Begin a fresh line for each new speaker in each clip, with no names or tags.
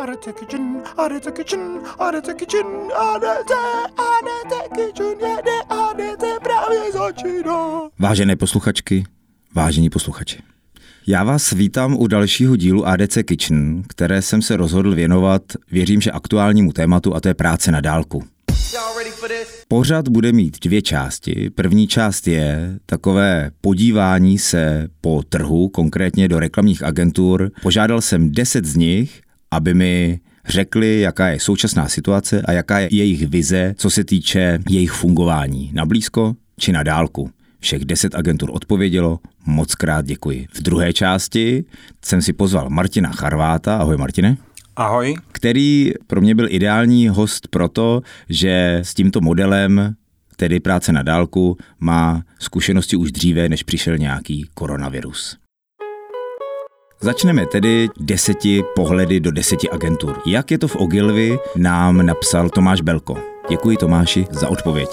Adete Kitchen jede, Adete právě začíná.
Vážené posluchačky, vážení posluchači. Já vás vítám u dalšího dílu ADC Kitchen, které jsem se rozhodl věnovat, věřím, že aktuálnímu tématu, a to je práce na dálku. Pořad bude mít dvě části. První část je takové podívání se po trhu, konkrétně do reklamních agentur. Požádal jsem 10 z nich, aby mi řekli, jaká je současná situace a jaká je jejich vize, co se týče jejich fungování na blízko či na dálku. Všech 10 agentur odpovědělo, moc krát děkuji. V druhé části jsem si pozval Martina Charváta. Ahoj Martine.
Ahoj.
Který pro mě byl ideální host proto, že s tímto modelem, tedy práce na dálku, má zkušenosti už dříve, než přišel nějaký koronavirus. Začneme tedy 10 pohledy do 10 agentur. Jak je to v Ogilvy, nám napsal Tomáš Belko. Děkuji Tomáši za odpověď.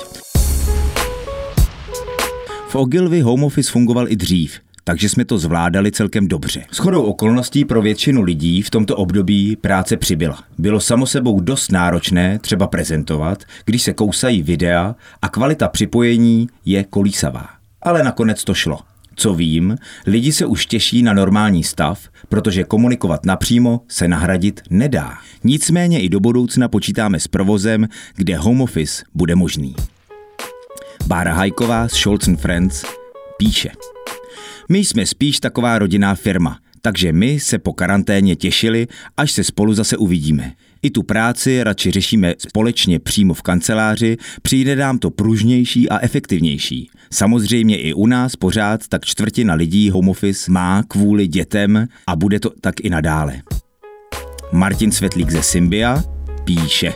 V Ogilvy home office fungoval i dřív, takže jsme to zvládali celkem dobře. Shodou okolností pro většinu lidí v tomto období práce přibyla. Bylo samo sebou dost náročné třeba prezentovat, když se kousají videa a kvalita připojení je kolísavá. Ale nakonec to šlo. Co vím, lidi se už těší na normální stav, protože komunikovat napřímo se nahradit nedá. Nicméně i do budoucna počítáme s provozem, kde home office bude možný. Bára Hajková z Scholz & Friends píše: My jsme spíš taková rodinná firma, takže my se po karanténě těšili, až se spolu zase uvidíme. I tu práci radši řešíme společně přímo v kanceláři, přijde nám to pružnější a efektivnější. Samozřejmě i u nás pořád tak čtvrtina lidí home office má kvůli dětem a bude to tak i nadále. Martin Světlík ze Symbia píše: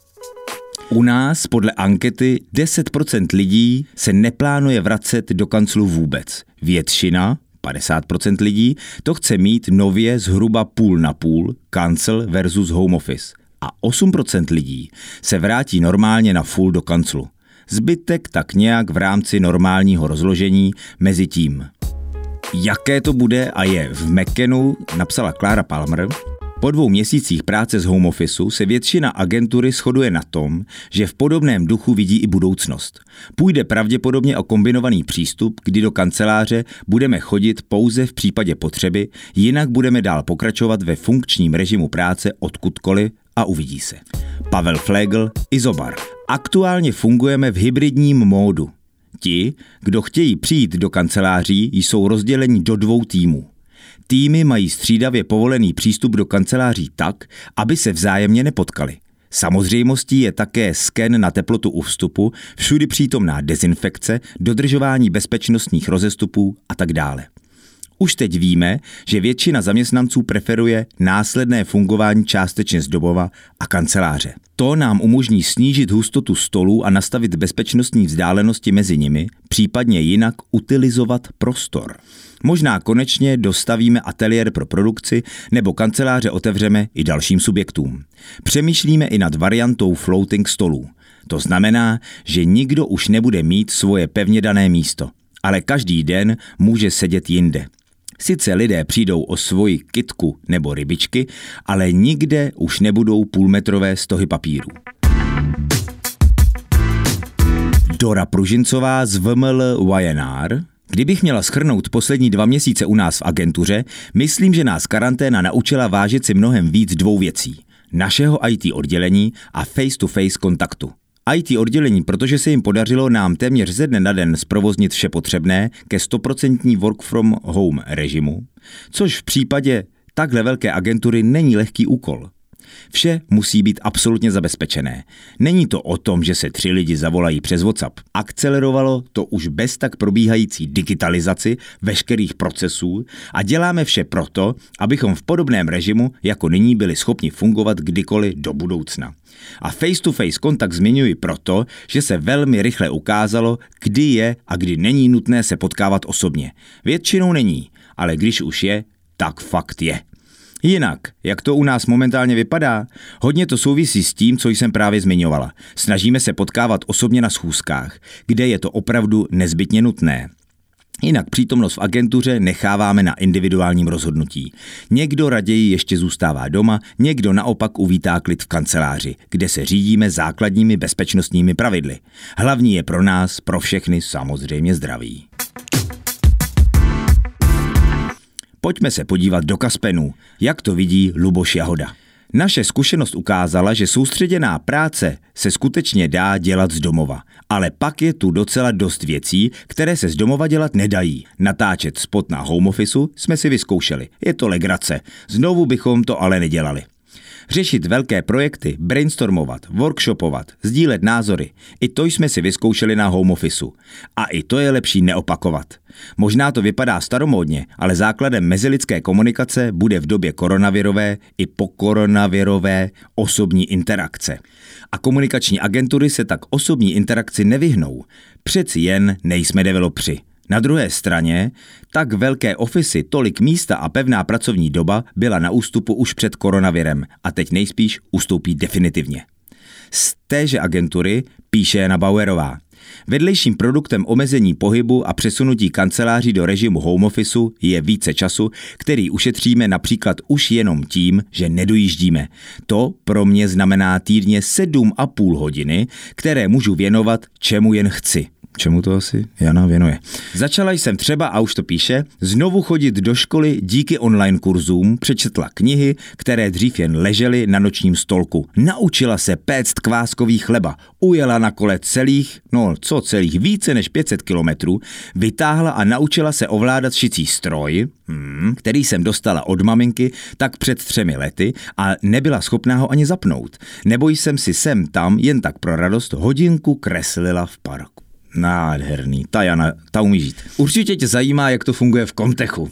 U nás podle ankety 10% lidí se neplánuje vracet do kanclu vůbec. Většina, 50% lidí, to chce mít nově zhruba půl na půl, kancel versus home office. A 8% lidí se vrátí normálně na full do kanclu. Zbytek tak nějak v rámci normálního rozložení mezi tím. Jaké to bude a je v McKennu, napsala Clara Palmer. Po 2 měsících práce z home officeu se většina agentury shoduje na tom, že v podobném duchu vidí i budoucnost. Půjde pravděpodobně o kombinovaný přístup, kdy do kanceláře budeme chodit pouze v případě potřeby, jinak budeme dál pokračovat ve funkčním režimu práce odkudkoliv a uvidí se. Pavel Flegl, Izobar. Aktuálně fungujeme v hybridním módu. Ti, kdo chtějí přijít do kanceláří, jsou rozděleni do 2 týmů. Týmy mají střídavě povolený přístup do kanceláří tak, aby se vzájemně nepotkali. Samozřejmostí je také sken na teplotu u vstupu, všudy přítomná dezinfekce, dodržování bezpečnostních rozestupů a tak dále. Už teď víme, že většina zaměstnanců preferuje následné fungování částečně z domova a kanceláře. To nám umožní snížit hustotu stolů a nastavit bezpečnostní vzdálenosti mezi nimi, případně jinak utilizovat prostor. Možná konečně dostavíme ateliér pro produkci nebo kanceláře otevřeme i dalším subjektům. Přemýšlíme i nad variantou floating stolů. To znamená, že nikdo už nebude mít svoje pevně dané místo, ale každý den může sedět jinde. Sice lidé přijdou o svoji kytku nebo rybičky, ale nikde už nebudou půlmetrové stohy papíru. Dora Pružincová z VML YNR. Kdybych měla shrnout poslední 2 měsíce u nás v agentuře, myslím, že nás karanténa naučila vážit si mnohem víc 2 věcí. Našeho IT oddělení a face-to-face kontaktu. IT oddělení, protože se jim podařilo nám téměř ze dne na den zprovoznit vše potřebné ke 100% work from home režimu, což v případě takhle velké agentury není lehký úkol. Vše musí být absolutně zabezpečené. Není to o tom, že se 3 lidi zavolají přes WhatsApp. Akcelerovalo to už bez tak probíhající digitalizaci veškerých procesů a děláme vše proto, abychom v podobném režimu jako nyní byli schopni fungovat kdykoliv do budoucna. A face-to-face kontakt zmiňuji proto, že se velmi rychle ukázalo, kdy je a kdy není nutné se potkávat osobně. Většinou není, ale když už je, tak fakt je. Jinak, jak to u nás momentálně vypadá? Hodně to souvisí s tím, co jsem právě zmiňovala. Snažíme se potkávat osobně na schůzkách, kde je to opravdu nezbytně nutné. Jinak přítomnost v agentuře necháváme na individuálním rozhodnutí. Někdo raději ještě zůstává doma, někdo naopak uvítá klid v kanceláři, kde se řídíme základními bezpečnostními pravidly. Hlavní je pro nás, pro všechny samozřejmě zdraví. Pojďme se podívat do Kaspenů, jak to vidí Luboš Jahoda. Naše zkušenost ukázala, že soustředěná práce se skutečně dá dělat z domova, ale pak je tu docela dost věcí, které se z domova dělat nedají. Natáčet spot na home officeu jsme si vyzkoušeli, je to legrace, znovu bychom to ale nedělali. Řešit velké projekty, brainstormovat, workshopovat, sdílet názory, i to jsme si vyzkoušeli na home officeu. A i to je lepší neopakovat. Možná to vypadá staromódně, ale základem mezilidské komunikace bude v době koronavirové i pokoronavirové osobní interakce. A komunikační agentury se tak osobní interakci nevyhnou. Přeci jen nejsme developři. Na druhé straně, tak velké ofisy, tolik místa a pevná pracovní doba byla na ústupu už před koronavirem a teď nejspíš ustoupí definitivně. Z téže agentury píše Jana Bauerová. Vedlejším produktem omezení pohybu a přesunutí kanceláří do režimu home officeu je více času, který ušetříme například už jenom tím, že nedojíždíme. To pro mě znamená týdně 7,5 hodiny, které můžu věnovat čemu jen chci. Čemu to asi Jana věnuje? Začala jsem třeba, a už to píše, znovu chodit do školy díky online kurzům, přečetla knihy, které dřív jen ležely na nočním stolku. Naučila se péct kváskový chleba, ujela na kole celých více než 500 kilometrů, vytáhla a naučila se ovládat šicí stroj, který jsem dostala od maminky tak před 3 lety a nebyla schopná ho ani zapnout. Nebo jsem si sem tam jen tak pro radost hodinku kreslila v parku. Nádherný, ta Jana, ta umí žít. Určitě tě zajímá, jak to funguje v Comtechu.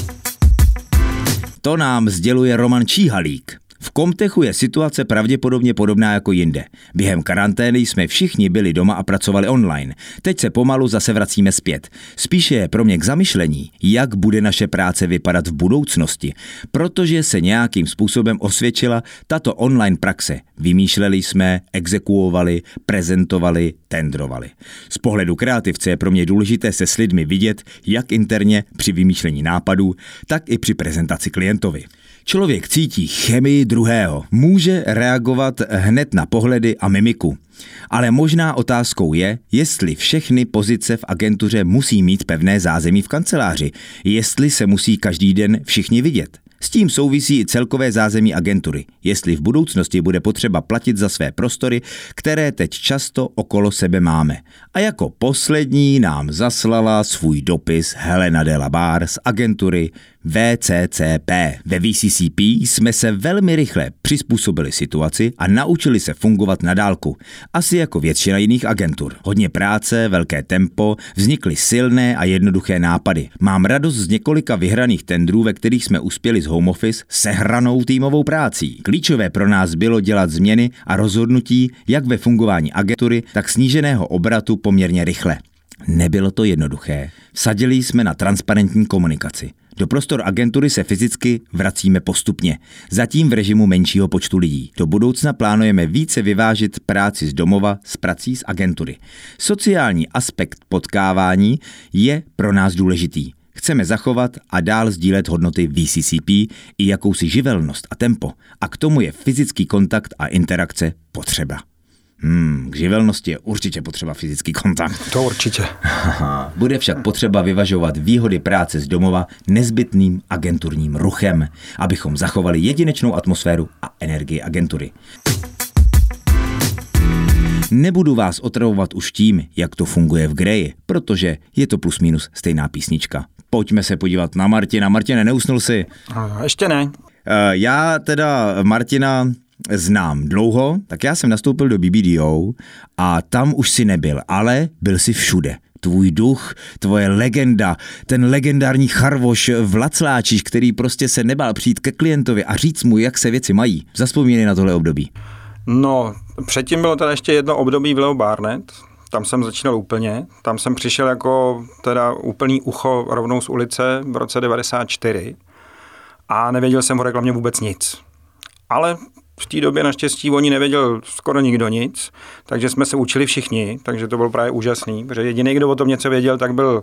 To nám sděluje Roman Číhalík. V Comtechu je situace pravděpodobně podobná jako jinde. Během karantény jsme všichni byli doma a pracovali online. Teď se pomalu zase vracíme zpět. Spíše je pro mě k zamyšlení, jak bude naše práce vypadat v budoucnosti, protože se nějakým způsobem osvědčila tato online praxe. Vymýšleli jsme, exekuovali, prezentovali, tendrovali. Z pohledu kreativce je pro mě důležité se s lidmi vidět, jak interně při vymýšlení nápadů, tak i při prezentaci klientovi. Člověk cítí chemii druhého, může reagovat hned na pohledy a mimiku. Ale možná otázkou je, jestli všechny pozice v agentuře musí mít pevné zázemí v kanceláři, jestli se musí každý den všichni vidět. S tím souvisí i celkové zázemí agentury, jestli v budoucnosti bude potřeba platit za své prostory, které teď často okolo sebe máme. A jako poslední nám zaslala svůj dopis Helena de la Bar z agentury VCCP. Ve VCCP jsme se velmi rychle přizpůsobili situaci a naučili se fungovat na dálku. Asi jako většina jiných agentur. Hodně práce, velké tempo, vznikly silné a jednoduché nápady. Mám radost z několika vyhraných tendrů, ve kterých jsme uspěli z home office sehranou týmovou prácí. Klíčové pro nás bylo dělat změny a rozhodnutí jak ve fungování agentury, tak sníženého obratu poměrně rychle. Nebylo to jednoduché. Vsadili jsme na transparentní komunikaci. Do prostor agentury se fyzicky vracíme postupně, zatím v režimu menšího počtu lidí. Do budoucna plánujeme více vyvážit práci z domova s prací z agentury. Sociální aspekt potkávání je pro nás důležitý. Chceme zachovat a dál sdílet hodnoty VCCP i jakousi živelnost a tempo. A k tomu je fyzický kontakt a interakce potřeba. K živelnosti je určitě potřeba fyzický kontakt.
To určitě.
Bude však potřeba vyvažovat výhody práce z domova nezbytným agenturním ruchem, abychom zachovali jedinečnou atmosféru a energii agentury. Nebudu vás otravovat už tím, jak to funguje v Greji, protože je to plus minus stejná písnička. Pojďme se podívat na Martina. Martine, neusnul jsi?
Ještě ne.
Já teda Martina znám dlouho, tak já jsem nastoupil do BBDO a tam už si nebyl, ale byl si všude. Tvůj duch, tvoje legenda, ten legendární Charvoš Vlacláčiš, který prostě se nebál přijít ke klientovi a říct mu, jak se věci mají. Zavzpomínej na tohle období.
No, předtím bylo teda ještě jedno období v Leo Barnett, tam jsem začínal úplně, tam jsem přišel jako teda úplný ucho rovnou z ulice v roce 94 a nevěděl jsem o reklamě vůbec nic. Ale v té době naštěstí o ní nevěděl skoro nikdo nic, takže jsme se učili všichni, takže to bylo právě úžasný, protože jediný, kdo o tom něco věděl, tak byl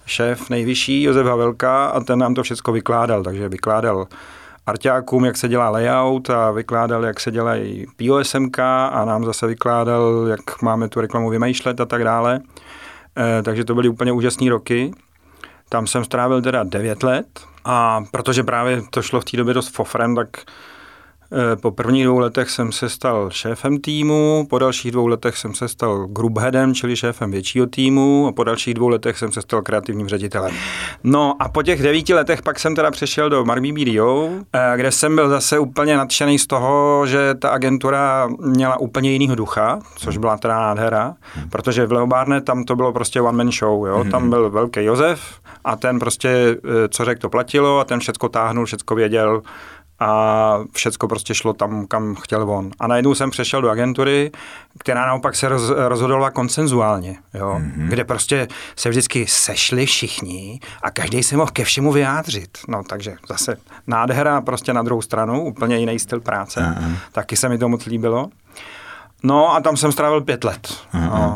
šéf nejvyšší Josef Havelka a ten nám to všechno vykládal, takže vykládal arťákům, jak se dělá layout a vykládal, jak se dělají POSMK a nám zase vykládal, jak máme tu reklamu vymýšlet a tak dále. Takže to byly úplně úžasné roky. Tam jsem strávil teda 9 let a protože právě to šlo v té době dost fofrem, tak po prvních 2 letech jsem se stal šéfem týmu, po dalších 2 letech jsem se stal groupheadem, čili šéfem většího týmu a po dalších 2 letech jsem se stal kreativním ředitelem. No a po těch 9 letech pak jsem teda přešel do Mark BBDO, kde jsem byl zase úplně nadšený z toho, že ta agentura měla úplně jinýho ducha, což byla teda nádhera, protože v Leo Barnett tam to bylo prostě one man show, jo? Tam byl velký Josef a ten prostě, co řekl, to platilo a ten všecko táhnul, všecko věděl, a všecko prostě šlo tam, kam chtěl on. A najednou jsem přešel do agentury, která naopak se rozhodovala konsenzuálně, jo? Kde prostě se vždycky sešli všichni a každý se mohl ke všemu vyjádřit. No takže zase nádhera prostě na druhou stranu, úplně jiný styl práce. Taky se mi to moc líbilo. No a tam jsem strávil 5 let. No.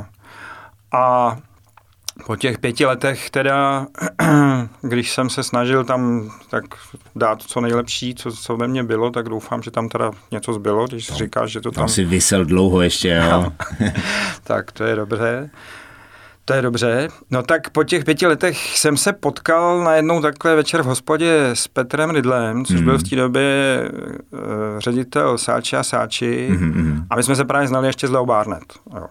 A po těch 5 letech teda, když jsem se snažil tam tak dát co nejlepší, co ve mně bylo, tak doufám, že tam teda něco zbylo, když říkáš, že to tam...
Tam si visel dlouho ještě, jo.
Tak to je dobře. To je dobře. No tak po těch 5 letech jsem se potkal najednou takhle večer v hospodě s Petrem Rydlem, což byl v té době ředitel Sáči a Sáči. A my jsme se právě znali ještě z Leo Barnett. Jo.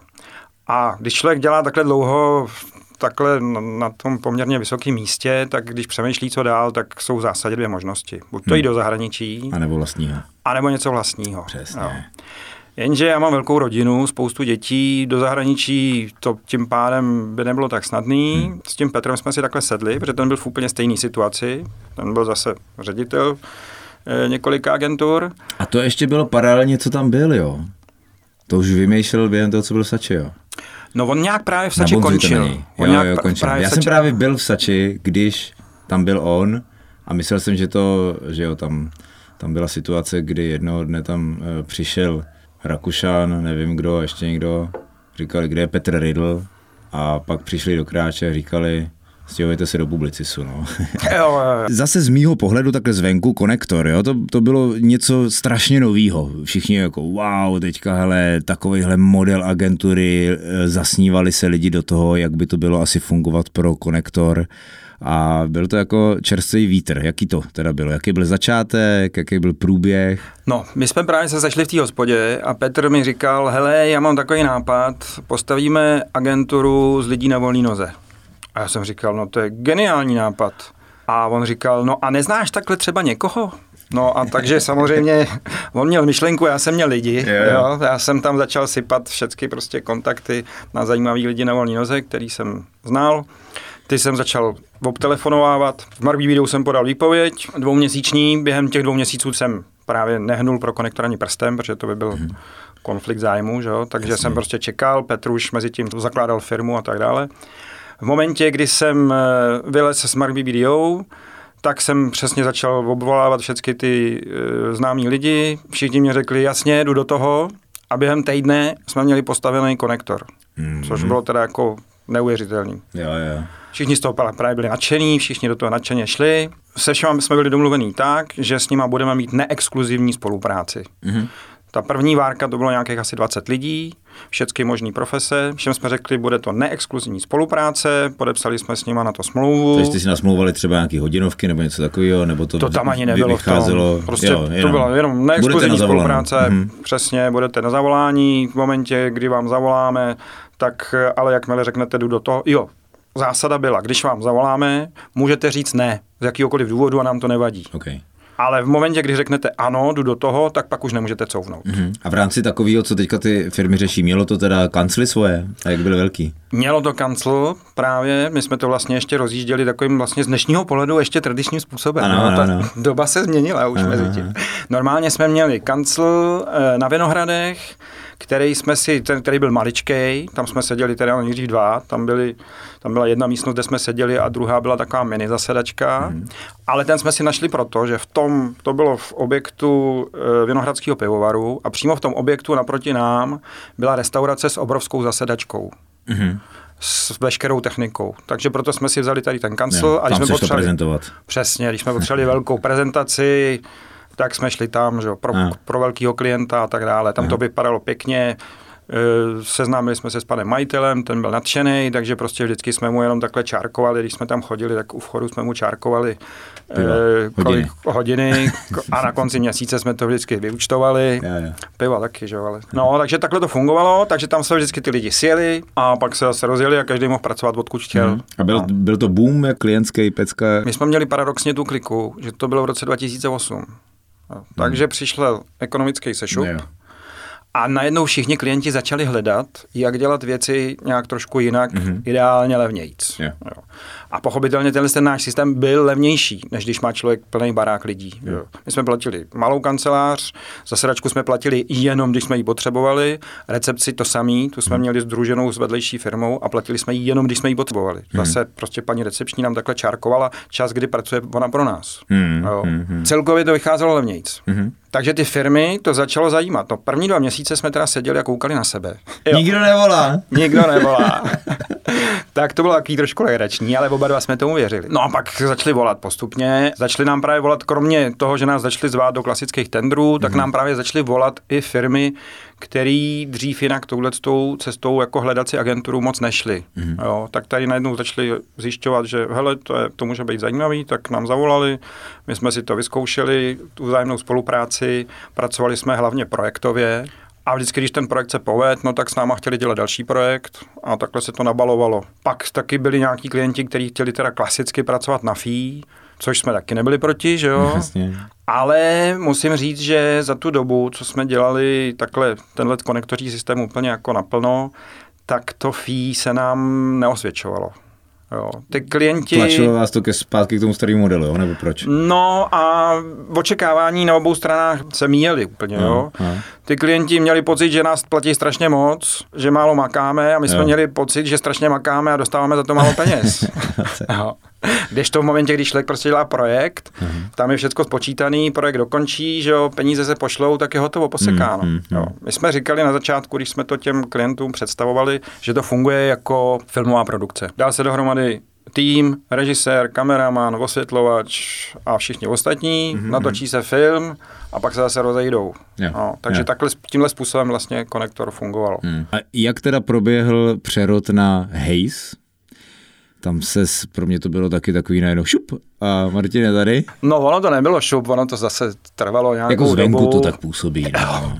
A když člověk dělá takhle dlouho takhle na tom poměrně vysokém místě, tak když přemýšlí, co dál, tak jsou v zásadě 2 možnosti. Buď to jít do zahraničí.
A nebo vlastního.
A nebo něco vlastního.
Přesně.
Jo. Jenže já mám velkou rodinu, spoustu dětí, do zahraničí to tím pádem by nebylo tak snadný. S tím Petrem jsme si takhle sedli, protože ten byl v úplně stejné situaci. Ten byl zase ředitel několika agentur. A
to ještě bylo paralelně, co tam byl, jo? To už vymýšlel během toho, co byl v Sači, jo?
No on nějak právě v Sači končil.
Končil. Já jsem právě byl v Sači, když tam byl on a myslel jsem, že jo, tam byla situace, kdy jednoho dne tam přišel Rakušan, nevím kdo, ještě někdo, říkali, kde je Petr Rydl a pak přišli do Kráče a říkali, stěhujete se do Publicisu, no.
Jo.
Zase z mýho pohledu takhle zvenku konektor, jo, to bylo něco strašně novýho. Všichni jako wow, teďka hele, takovýhle model agentury, zasnívali se lidi do toho, jak by to bylo asi fungovat pro konektor. A byl to jako čerstvý vítr. Jaký to teda bylo? Jaký byl začátek, jaký byl průběh?
No, my jsme právě se zašli v té hospodě a Petr mi říkal, hele, já mám takový nápad, postavíme agenturu z lidí na volné noze. A já jsem říkal, no to je geniální nápad. A on říkal, no a neznáš takhle třeba někoho? No a takže samozřejmě on měl myšlenku, já jsem měl lidi, jo. Já jsem tam začal sypat všechny prostě kontakty na zajímavý lidi na volné noze, který jsem znal. Ty jsem začal obtelefonovávat. V Mark BBDO jsem podal výpověď 2měsíční. Během těch 2 měsíců jsem právě nehnul pro konektor ani prstem, protože to by byl konflikt zájmu, že jo? Takže jsem prostě čekal. Petr už mezi tím zakládal firmu a tak dále. V momentě, kdy jsem vylez z Mark BBDO, tak jsem přesně začal obvolávat všechny ty známí lidi. Všichni mě řekli, jasně, jdu do toho. A během týdne jsme měli postavený konektor, což bylo teda jako neuvěřitelný.
Jo.
Všichni z toho právě byli nadšení, všichni do toho nadšeně šli. Se všema jsme byli domluvení tak, že s nima budeme mít neexkluzivní spolupráci. Ta první várka to bylo nějakých asi 20 lidí, všechny možný profese. Všem jsme řekli, bude to neexkluzivní spolupráce, podepsali jsme s nima na to smlouvu.
Takže jste si nasmlouvali třeba nějaký hodinovky nebo něco takového, nebo to
tam ani nebylo
vycházelo.
Prostě to byla jenom neexkluzivní spolupráce. Přesně, budete na zavolání v momentě, kdy vám zavoláme, tak ale jakmile řeknete, jdu do toho, jo. Zásada byla, když vám zavoláme, můžete říct ne, z jakýhokoliv důvodu a nám to nevadí.
Okay.
Ale v momentě, kdy řeknete ano, jdu do toho, tak pak už nemůžete couvnout.
A v rámci takového, co teďka ty firmy řeší, mělo to teda kancly svoje? A jak byl velký?
Mělo to kancl právě, my jsme to vlastně ještě rozjížděli takovým vlastně z dnešního pohledu ještě tradičním způsobem.
Ano.
Doba se změnila už mezi tím. Normálně jsme měli kancl na Vinohradech, který byl maličkej, tam jsme seděli teda nejdřív 2, tam byla jedna místnost, kde jsme seděli a druhá byla taková mini zasedačka, ale ten jsme si našli proto, že to bylo v objektu Vinohradského pivovaru a přímo v tom objektu naproti nám byla restaurace s obrovskou zasedačkou. s veškerou technikou. Takže proto jsme si vzali tady ten kancel.
A když jsme potřebovali prezentovat.
Přesně, když jsme potřebovali velkou prezentaci, tak jsme šli tam, že pro velkého klienta a tak dále. Tam to vypadalo pěkně. Seznámili jsme se s panem majitelem, ten byl nadšený, takže prostě vždycky jsme mu jenom takhle čárkovali, když jsme tam chodili, tak u vchodu jsme mu čárkovali kolik hodiny a na konci měsíce jsme to vždycky vyúčtovali. Piva taky, že ale. No, takže takhle to fungovalo, takže tam se vždycky ty lidi sjeli a pak se zase rozjeli a každý mohl pracovat odkud chtěl.
A byl to boom, jak klientský pecka?
My jsme měli paradoxně tu kliku, že to bylo v roce 2008. Takže přišel ekonomický sešup. A najednou všichni klienti začali hledat, jak dělat věci nějak trošku jinak, ideálně levnějc. A pochopitelně ten náš systém byl levnější, než když má člověk plný barák lidí. My jsme platili malou kancelář, zasedačku jsme platili jenom, když jsme ji potřebovali, recepci to samý, tu jsme měli sdruženou s vedlejší firmou a platili jsme ji jenom, když jsme ji potřebovali. Zase prostě paní recepční nám takhle čárkovala čas, kdy pracuje ona pro nás. Celkově to vycházelo levnějc. Takže ty firmy to začalo zajímat. No, první 2 měsíce jsme teda seděli a koukali na sebe.
Nikdo nevolá.
Nikdo nevolá. Tak to bylo takový trošku legrační, ale oba dva jsme tomu věřili. No a pak začali volat postupně. Začali nám právě volat, kromě toho, že nás začali zvát do klasických tendrů, tak nám právě začaly volat i firmy, který dřív jinak touhletou cestou jako hledací agenturu moc nešli. Jo, tak tady najednou začali zjišťovat, že hele, to může být zajímavý, tak nám zavolali, my jsme si to vyzkoušeli, tu vzájemnou spolupráci, pracovali jsme hlavně projektově a vždycky, když ten projekt se povedl, no tak s náma chtěli dělat další projekt a takhle se to nabalovalo. Pak taky byli nějaký klienti, kteří chtěli teda klasicky pracovat na fee, což jsme taky nebyli proti, že jo?
Jasně.
Ale musím říct, že za tu dobu, co jsme dělali takhle tenhle konektoří systém úplně jako naplno, tak to fee se nám neosvědčovalo. Jo. Ty klienti...
Tlačilo vás to zpátky k tomu starému modelu, jo? Nebo proč?
No a očekávání na obou stranách se míjely úplně. Jo. Ty klienti měli pocit, že nás platí strašně moc, že málo makáme a my jsme měli pocit, že strašně makáme a dostáváme za to málo peněz. Když to v momentě, když člověk prostě dělá projekt, tam je všechno spočítaný, projekt dokončí, že jo, peníze se pošlou, tak je hotovo, posekáno. Jo. My jsme říkali na začátku, když jsme to těm klientům představovali, že to funguje jako filmová produkce. Dá se dohromady tým, režisér, kameraman, osvětlovač a všichni ostatní, natočí se film a pak se zase rozejdou. No, takže takhle tímhle způsobem vlastně konektor fungoval.
A jak teda proběhl přerod na Haze? Tam pro mě to bylo taky takový najednou šup a Martin je tady.
No ono to nebylo šup, ono to zase trvalo nějakou
jako zvenku
dobu.
To tak působí. No.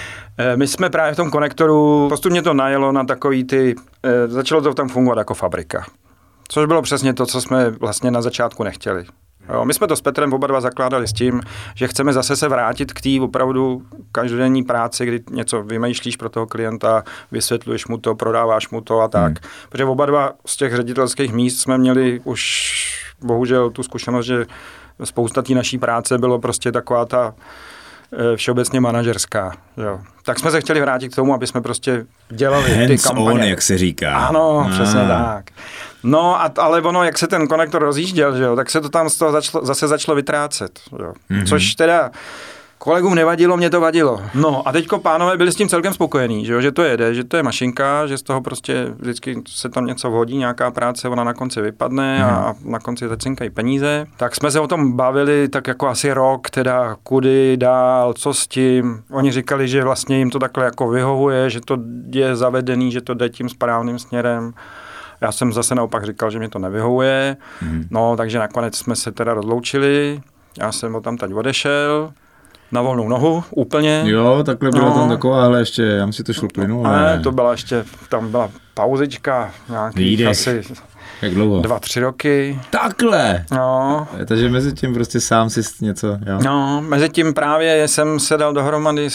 My jsme právě v tom konektoru, postupně to najelo na takový začalo to tam fungovat jako fabrika. Což bylo přesně to, co jsme vlastně na začátku nechtěli. Jo, my jsme to s Petrem oba dva zakládali s tím, že chceme zase se vrátit k té opravdu každodenní práci, kdy něco vymýšlíš pro toho klienta, vysvětluješ mu to, prodáváš mu to a tak. Protože oba dva z těch ředitelských míst jsme měli už bohužel tu zkušenost, že spousta té naší práce bylo prostě taková ta všeobecně manažerská. Jo. Tak jsme se chtěli vrátit k tomu, aby jsme prostě dělali ty kampaně.
Hands on, jak se říká.
Ano, přesně tak. No, ale ono, jak se ten konektor rozjížděl, že jo, tak se to tam z toho zase začalo vytrácet. Jo. Což teda kolegům nevadilo, mě to vadilo. No a teďko pánové byli s tím celkem spokojení, že to jede, že to je mašinka, že z toho prostě vždycky se tam něco vhodí, nějaká práce, ona na konci vypadne a na konci zacinkají peníze. Tak jsme se o tom bavili tak jako asi rok, teda kudy dál, co s tím. Oni říkali, že vlastně jim to takhle jako vyhovuje, že to je zavedený, že to jde tím správným směrem. Já jsem zase naopak říkal, že mě to nevyhovuje. No, takže nakonec jsme se teda rozloučili. Já jsem tam teď odešel. Na volnou nohu, úplně.
Jo, takhle byla tam taková, ale ještě, já myslím, to šlo plynu.
Ne, to byla ještě, tam byla pauzička, nějakých asi
jak dlouho?
2-3 roky.
Takhle?
No.
Takže mezi tím prostě sám si něco, jo?
No, mezi tím právě jsem se dal dohromady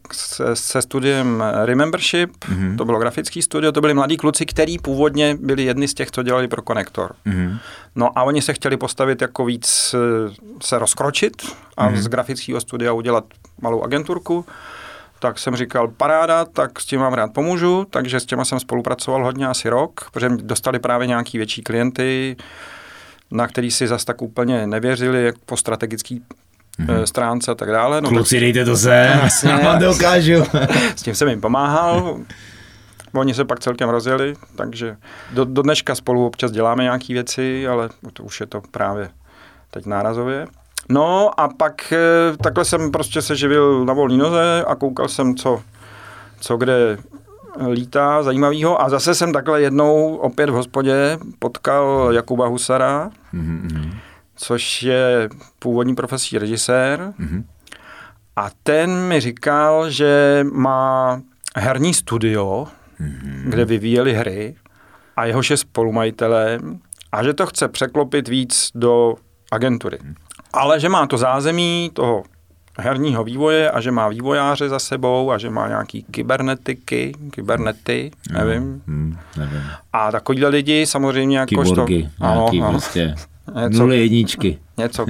se studiem Remembership, to bylo grafický studio, to byli mladí kluci, kteří původně byli jedni z těch, co dělali pro konektor. No a oni se chtěli postavit jako víc, se rozkročit a z grafického studia udělat malou agenturku. Tak jsem říkal, paráda, tak s tím vám rád pomůžu, takže s těma jsem spolupracoval hodně, asi rok, protože dostali právě nějaký větší klienty, na který si zas tak úplně nevěřili, jak po strategický stránce a tak dále. No,
kluci, dejte to sem, já vám dokážu.
S tím jsem jim pomáhal. Oni se pak celkem rozjeli, takže do dneška spolu občas děláme nějaké věci, ale to už je to právě teď nárazově. No a pak takhle jsem prostě se živil na volný noze a koukal jsem, co kde lítá zajímavého. A zase jsem takhle jednou opět v hospodě potkal Jakuba Husara, což je původní profesí režisér. A ten mi říkal, že má herní studio, kde vyvíjeli hry a jehož je spolumajitelem a že to chce překlopit víc do agentury. Ale že má to zázemí toho herního vývoje a že má vývojáře za sebou a že má nějaký kybernety, nevím.
Nevím.
A takovýhle lidi samozřejmě jako
Kyborgy, nějaký prostě nuly jedničky.
Něco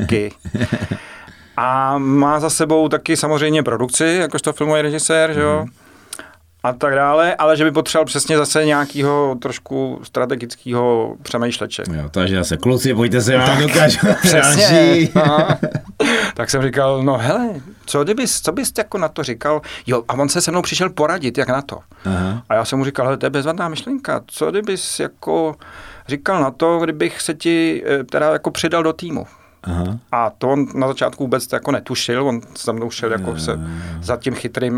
A má za sebou taky samozřejmě produkci, jakožto filmový režisér, že jo? A tak dále, ale že by potřeboval přesně zase nějakého trošku strategického přemýšleče.
Jo, takže zase kluci, pojďte se, vám dokážu.
Přesně. Tak jsem říkal, no hele, co bys jako na to říkal? Jo, a on se se mnou přišel poradit, jak na to. Aha. A já jsem mu říkal, hele, to je bezvadná myšlenka, co kdybys jako říkal na to, kdybych se ti teda jako přidal do týmu. Aha. A to on na začátku vůbec jako netušil, on se mnou šel jako za tím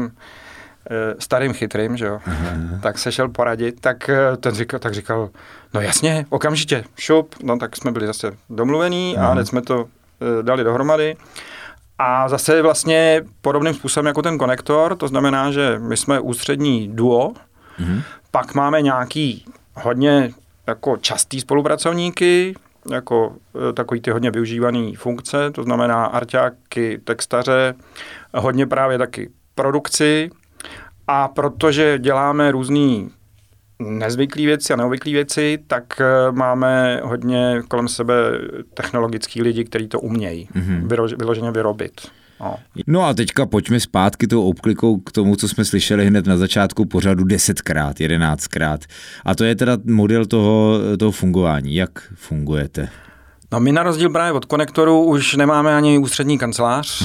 starým chytrým, že jo, tak se šel poradit, tak ten říkal, no jasně, okamžitě, šup, no tak jsme byli zase domluvení a hned jsme to dali dohromady a zase vlastně podobným způsobem jako ten konektor, to znamená, že my jsme ústřední duo, pak máme nějaký hodně jako častý spolupracovníky, jako takový ty hodně využívaný funkce, to znamená arťáky, textaře, hodně právě taky produkci. A protože děláme různý nezvyklý věci a neobvyklý věci, tak máme hodně kolem sebe technologický lidi, kteří to umějí vyloženě vyrobit.
No a teďka pojďme zpátky tou obklikou k tomu, co jsme slyšeli hned na začátku pořadu 10krát, 11krát. A to je teda model toho fungování. Jak fungujete?
No my na rozdíl právě od konektoru už nemáme ani ústřední kancelář.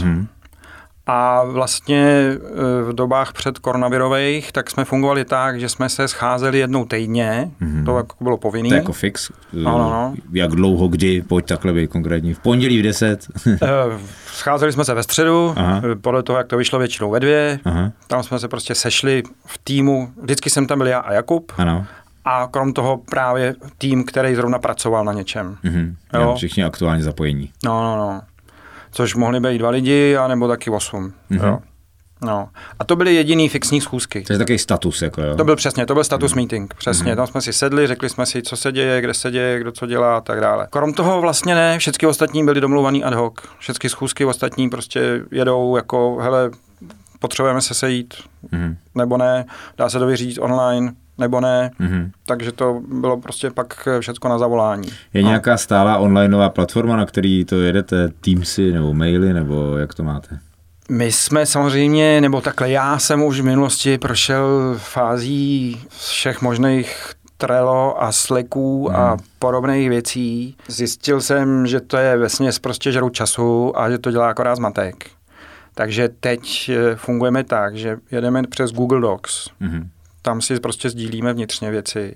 A vlastně v dobách před koronavirových, tak jsme fungovali tak, že jsme se scházeli jednou týdně, to jako bylo povinný.
To je jako fix?
Ano.
Jak dlouho, kdy, pojď takhle být konkrétní. V pondělí v 10?
Scházeli jsme se ve středu, podle toho, jak to vyšlo většinou ve 2. Tam jsme se prostě sešli v týmu, vždycky jsem tam byl já a Jakub.
Ano.
A krom toho právě tým, který zrovna pracoval na něčem.
Jo? Všichni aktuálně zapojení.
No. Což mohli být 2 lidi, anebo taky 8. Jo. No. A to byly jediný fixní schůzky.
To je takový status, jako jo?
To byl status meeting, přesně. Tam jsme si sedli, řekli jsme si, co se děje, kde se děje, kdo co dělá a tak dále. Krom toho vlastně ne, všechny ostatní byli domluvaný ad hoc. Všechny schůzky ostatní prostě jedou jako, hele, potřebujeme se sejít, nebo ne, dá se to vyřídit online, nebo ne, takže to bylo prostě pak všecko na zavolání.
Je nějaká stálá onlineová platforma, na který to jedete, Teamsy nebo maily, nebo jak to máte?
My jsme samozřejmě, nebo takhle, já jsem už v minulosti prošel fází všech možných Trello a Slacků a podobných věcí. Zjistil jsem, že to je vesměs prostě žrout času a že to dělá akorát zmatek. Takže teď fungujeme tak, že jedeme přes Google Docs. Tam si prostě sdílíme vnitřně věci.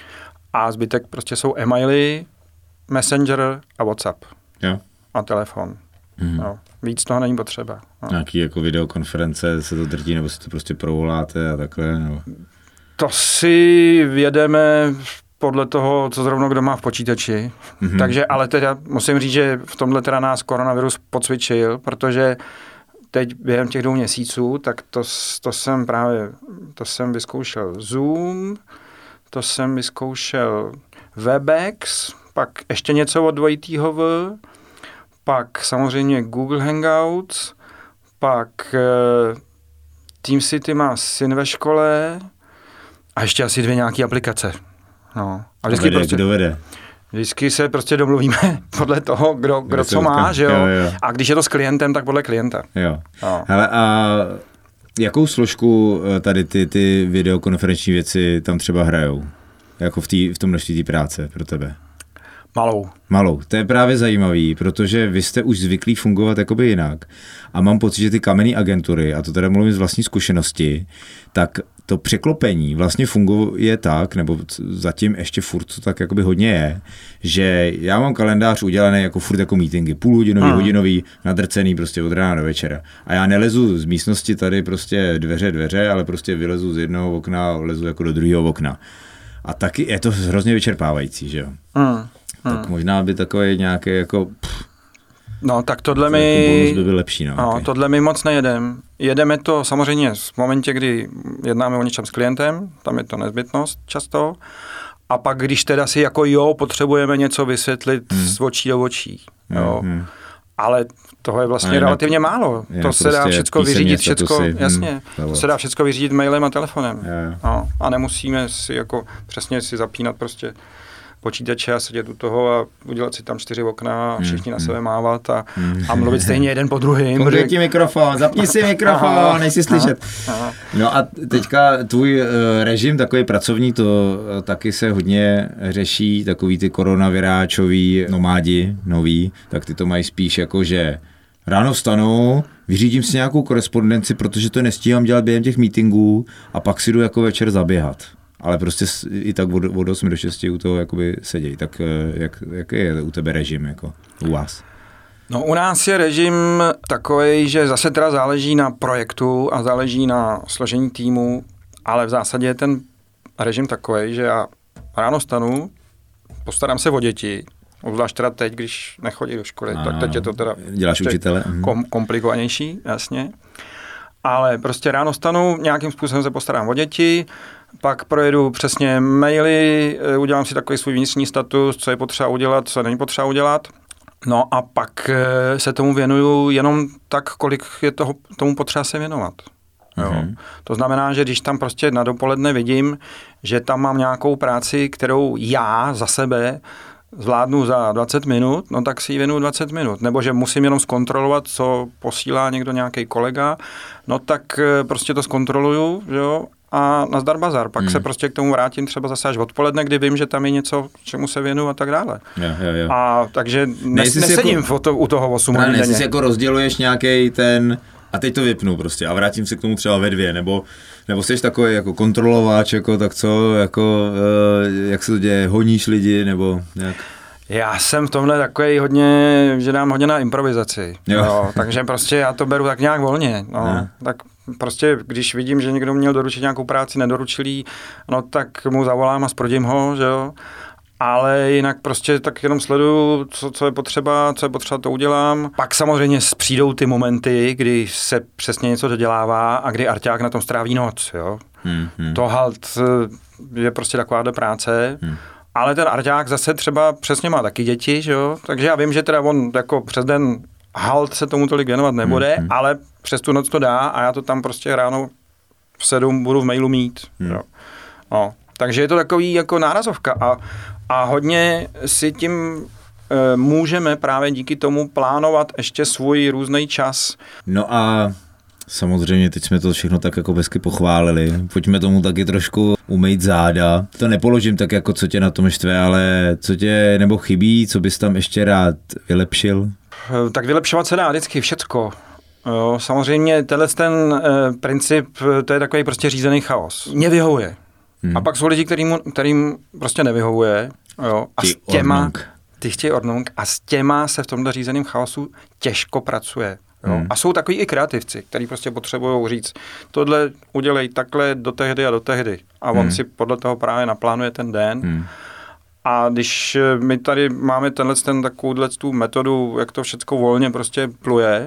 A zbytek prostě jsou e-maily, Messenger a WhatsApp.
Jo.
A telefon. No. Víc toho není potřeba. No.
Nějaký jako videokonference se to drtí, nebo si to prostě provoláte a takhle? Nebo...
To si jedeme podle toho, co zrovna kdo má v počítači. Takže, ale teda musím říct, že v tomhle teda nás koronavirus pocvičil, protože teď během těch 2 měsíců, tak to jsem vyzkoušel Zoom, to jsem vyzkoušel Webex, pak ještě něco od dvojitýho V, pak samozřejmě Google Hangouts, pak TeamCity má syn ve škole a ještě asi 2 nějaké aplikace. No. A
kdo vede?
Vždycky se prostě domluvíme podle toho, kdo co má, že jo? Jo. A když je to s klientem, tak podle klienta.
Jo. No. Hele, a jakou složku tady ty videokonferenční věci tam třeba hrajou? Jako v tom množství té práce pro tebe?
Malou.
To je právě zajímavý, protože vy jste už zvyklí fungovat jakoby jinak. A mám pocit, že ty kamenné agentury, a to teda mluvím z vlastní zkušenosti, tak to překlopení vlastně funguje tak, nebo zatím ještě furt to tak jakoby hodně je, že já mám kalendář udělaný jako furt jako meetingy, půlhodinový, hodinový, nadrcený prostě od rána do večera. A já nelezu z místnosti tady prostě dveře, ale prostě vylezu z jednoho okna a lezu jako do druhého okna. A taky je to hrozně vyčerpávající, že jo? Tak možná by takový nějaký jako...
No, tak tohle my...
by byl lepší, no.
Okay. Tohle my moc nejedeme. Jedeme to samozřejmě v momentě, kdy jednáme o něčem s klientem, tam je to nezbytnost často. A pak, když teda si jako potřebujeme něco vysvětlit z očí do očí. Jo. Ale toho je vlastně relativně málo. To se dá všechno vyřídit, to se dá všechno vyřídit mailem a telefonem. No, a nemusíme si jako přesně si zapínat prostě počítače a sedět u toho a udělat si tam 4 okna a všichni na sebe mávat a mluvit stejně jeden po druhém.
Funguje ti mikrofon, zapni si mikrofon, nejsi slyšet. No a teďka tvůj režim takový pracovní, to taky se hodně řeší, takový ty koronaviráčový nomádi noví, tak ty to mají spíš jako, že ráno vstanu, vyřídím si nějakou korespondenci, protože to nestíhám dělat během těch meetingů a pak si jdu jako večer zaběhat. Ale prostě i tak od 8 do 6 u toho jakoby sedějí. Tak jaký je u tebe režim jako u vás?
No u nás je režim takový, že zase teda záleží na projektu a záleží na složení týmu, ale v zásadě je ten režim takový, že já ráno stanu, postarám se o děti, obzvlášť teda teď, když nechodí do školy, tak teď je to teda
děláš učitele?
Komplikovanější, jasně. Ale prostě ráno stanu, nějakým způsobem se postarám o děti, pak projedu přesně maily, udělám si takový svůj vnitřní status, co je potřeba udělat, co není potřeba udělat. No a pak se tomu věnuju jenom tak, kolik je tomu potřeba se věnovat. Jo. To znamená, že když tam prostě na dopoledne vidím, že tam mám nějakou práci, kterou já za sebe zvládnu za 20 minut, no tak si ji věnuju 20 minut. Nebo že musím jenom zkontrolovat, co posílá někdo, nějaký kolega, no tak prostě to zkontroluju, jo, a nazdar bazar. Pak se prostě k tomu vrátím třeba zase až odpoledne, kdy vím, že tam je něco, čemu se věnuju a tak dále.
Jo.
A takže nesedím jako, u toho 8 hodin denně.
Jestli jako rozděluješ nějaký ten, a teď to vypnu prostě a vrátím se k tomu třeba ve 2, nebo jsi takový jako kontrolováč, jako tak co, jako jak se to děje, honíš lidi, nebo jak?
Já jsem v tomhle takový hodně, že dám hodně na improvizaci, jo, takže prostě já to beru tak nějak volně, no, tak prostě když vidím, že někdo měl doručit nějakou práci, nedoručil jí, no tak mu zavolám a sprodím ho, že jo, ale jinak prostě tak jenom sleduju, co je potřeba, to udělám. Pak samozřejmě přijdou ty momenty, kdy se přesně něco dodělává a kdy arťák na tom stráví noc, jo. To halt je prostě takováhle práce. Ale ten arťák zase třeba přesně má taky děti, že jo, takže já vím, že teda on jako přes den halt se tomu tolik věnovat nebude, ale přes tu noc to dá a já to tam prostě ráno v 7 budu v mailu mít, jo. No, takže je to takový jako nárazovka a hodně si tím můžeme právě díky tomu plánovat ještě svůj různý čas.
No a samozřejmě teď jsme to všechno tak jako hezky pochválili. Pojďme tomu taky trošku umýt záda. To nepoložím tak jako co tě na tom štve, ale co tě nebo chybí, co bys tam ještě rád vylepšil?
Tak vylepšovat se dá vždycky všecko. Jo, samozřejmě tenhle ten princip, to je takový prostě řízený chaos. Mně vyhovuje. A pak jsou lidi, kterým prostě nevyhovuje. Jo, a s těma, ty chtějí ornung a s těma se v tomhle řízeném chaosu těžko pracuje. Jo? A jsou takový i kreativci, kteří prostě potřebují říct, tohle udělej takhle do tehdy a do tehdy. A on si podle toho právě naplánuje ten den. A když my tady máme takovouhle tu metodu, jak to všecko volně prostě pluje,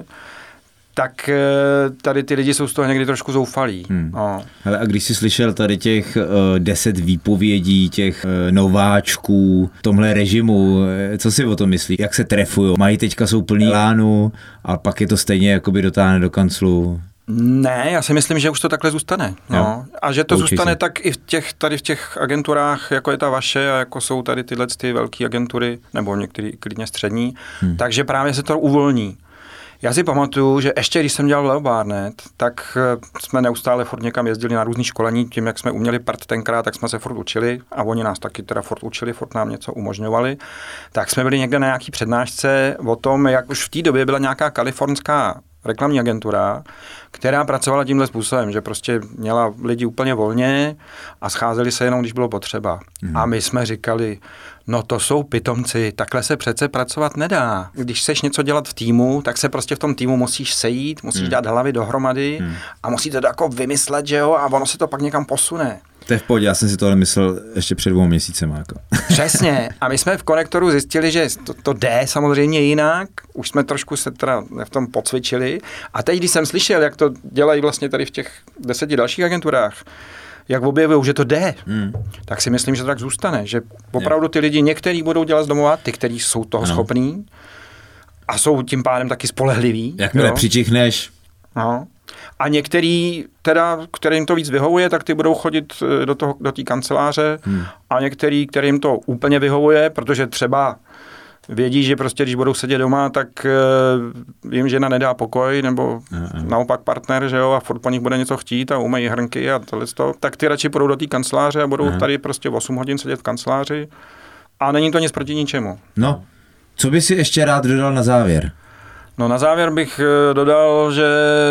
tak tady ty lidi jsou z toho někdy trošku zoufalí. No.
Hele, a když jsi slyšel tady těch 10 výpovědí těch nováčků v tomhle režimu, co si o tom myslí? Jak se trefují? Mají teďka jsou plný lánu a pak je to stejně jakoby dotáhne do kanclu?
Ne, já si myslím, že už to takhle zůstane. No. A že to zůstane tak i tady v těch agenturách, jako je ta vaše a jako jsou tady tyhle ty velké agentury, nebo některé klidně střední, takže právě se to uvolní. Já si pamatuju, že ještě když jsem dělal v Leo Barnett, tak jsme neustále furt někam jezdili na různý školení, tím, jak jsme uměli part tenkrát, tak jsme se furt učili a oni nás taky teda furt učili, furt nám něco umožňovali. Tak jsme byli někde na nějaký přednášce o tom, jak už v té době byla nějaká kalifornská reklamní agentura, která pracovala tímhle způsobem, že prostě měla lidi úplně volně a scházeli se jenom, když bylo potřeba. A my jsme říkali, no to jsou pitomci, takhle se přece pracovat nedá. Když chceš něco dělat v týmu, tak se prostě v tom týmu musíš sejít, musíš dát hlavy dohromady a musíte to jako vymyslet, že jo, a ono se to pak někam posune.
To je v pohodě, já jsem si tohle myslel ještě před 2 měsícema. Jako.
Přesně. A my jsme v Konektoru zjistili, že to jde samozřejmě jinak. Už jsme trošku se teda v tom pocvičili. A teď, když jsem slyšel, jak to dělají vlastně tady v těch 10 dalších agenturách, jak objevují, že to jde, tak si myslím, že to tak zůstane. Že opravdu ty lidi, některý budou dělat z domova, ty, kteří jsou toho schopní a jsou tím pádem taky spolehliví.
Jakmile přičichneš.
No. A některý, teda, kterým to víc vyhovuje, tak ty budou chodit do té kanceláře a některý, kterým to úplně vyhovuje, protože třeba vědí, že prostě, když budou sedět doma, tak jim žena nedá pokoj, nebo naopak partner, že jo, a furt po nich bude něco chtít a umejí hrnky a tohle, tak ty radši půjdou do té kanceláře a budou tady prostě 8 hodin sedět v kanceláři a není to nic proti ničemu.
No, co by si ještě rád dodal na závěr?
No na závěr bych dodal, že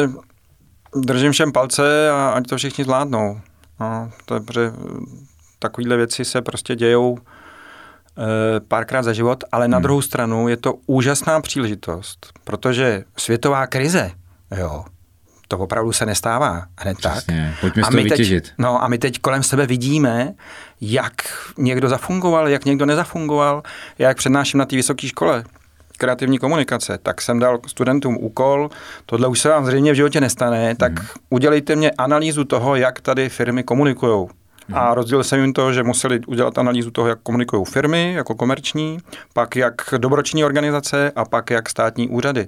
držím všem palce a ať to všichni zvládnou. No, protože takovýhle věci se prostě dějou párkrát za život, ale na druhou stranu je to úžasná příležitost, protože světová krize, jo, to opravdu se nestává hned
přesně,
tak.
Pojďme to vytěžit.
A my teď kolem sebe vidíme, jak někdo zafungoval, jak někdo nezafungoval. Já jak přednáším na té vysoké škole kreativní komunikace, tak jsem dal studentům úkol, tohle už se vám zřejmě v životě nestane, tak udělejte mě analýzu toho, jak tady firmy komunikujou. A rozdělil jsem jim to, že museli udělat analýzu toho, jak komunikují firmy jako komerční, pak jak dobroční organizace a pak jak státní úřady.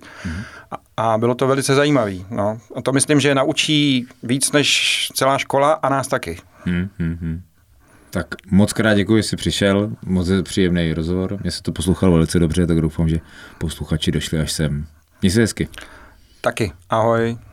A bylo to velice zajímavé. No. A to myslím, že naučí víc než celá škola a nás taky.
Tak moc krát děkuji, že jsi přišel, moc příjemný rozhovor. Mně se to poslouchalo velice dobře, tak doufám, že posluchači došli až sem. Měj se hezky.
Taky. Ahoj.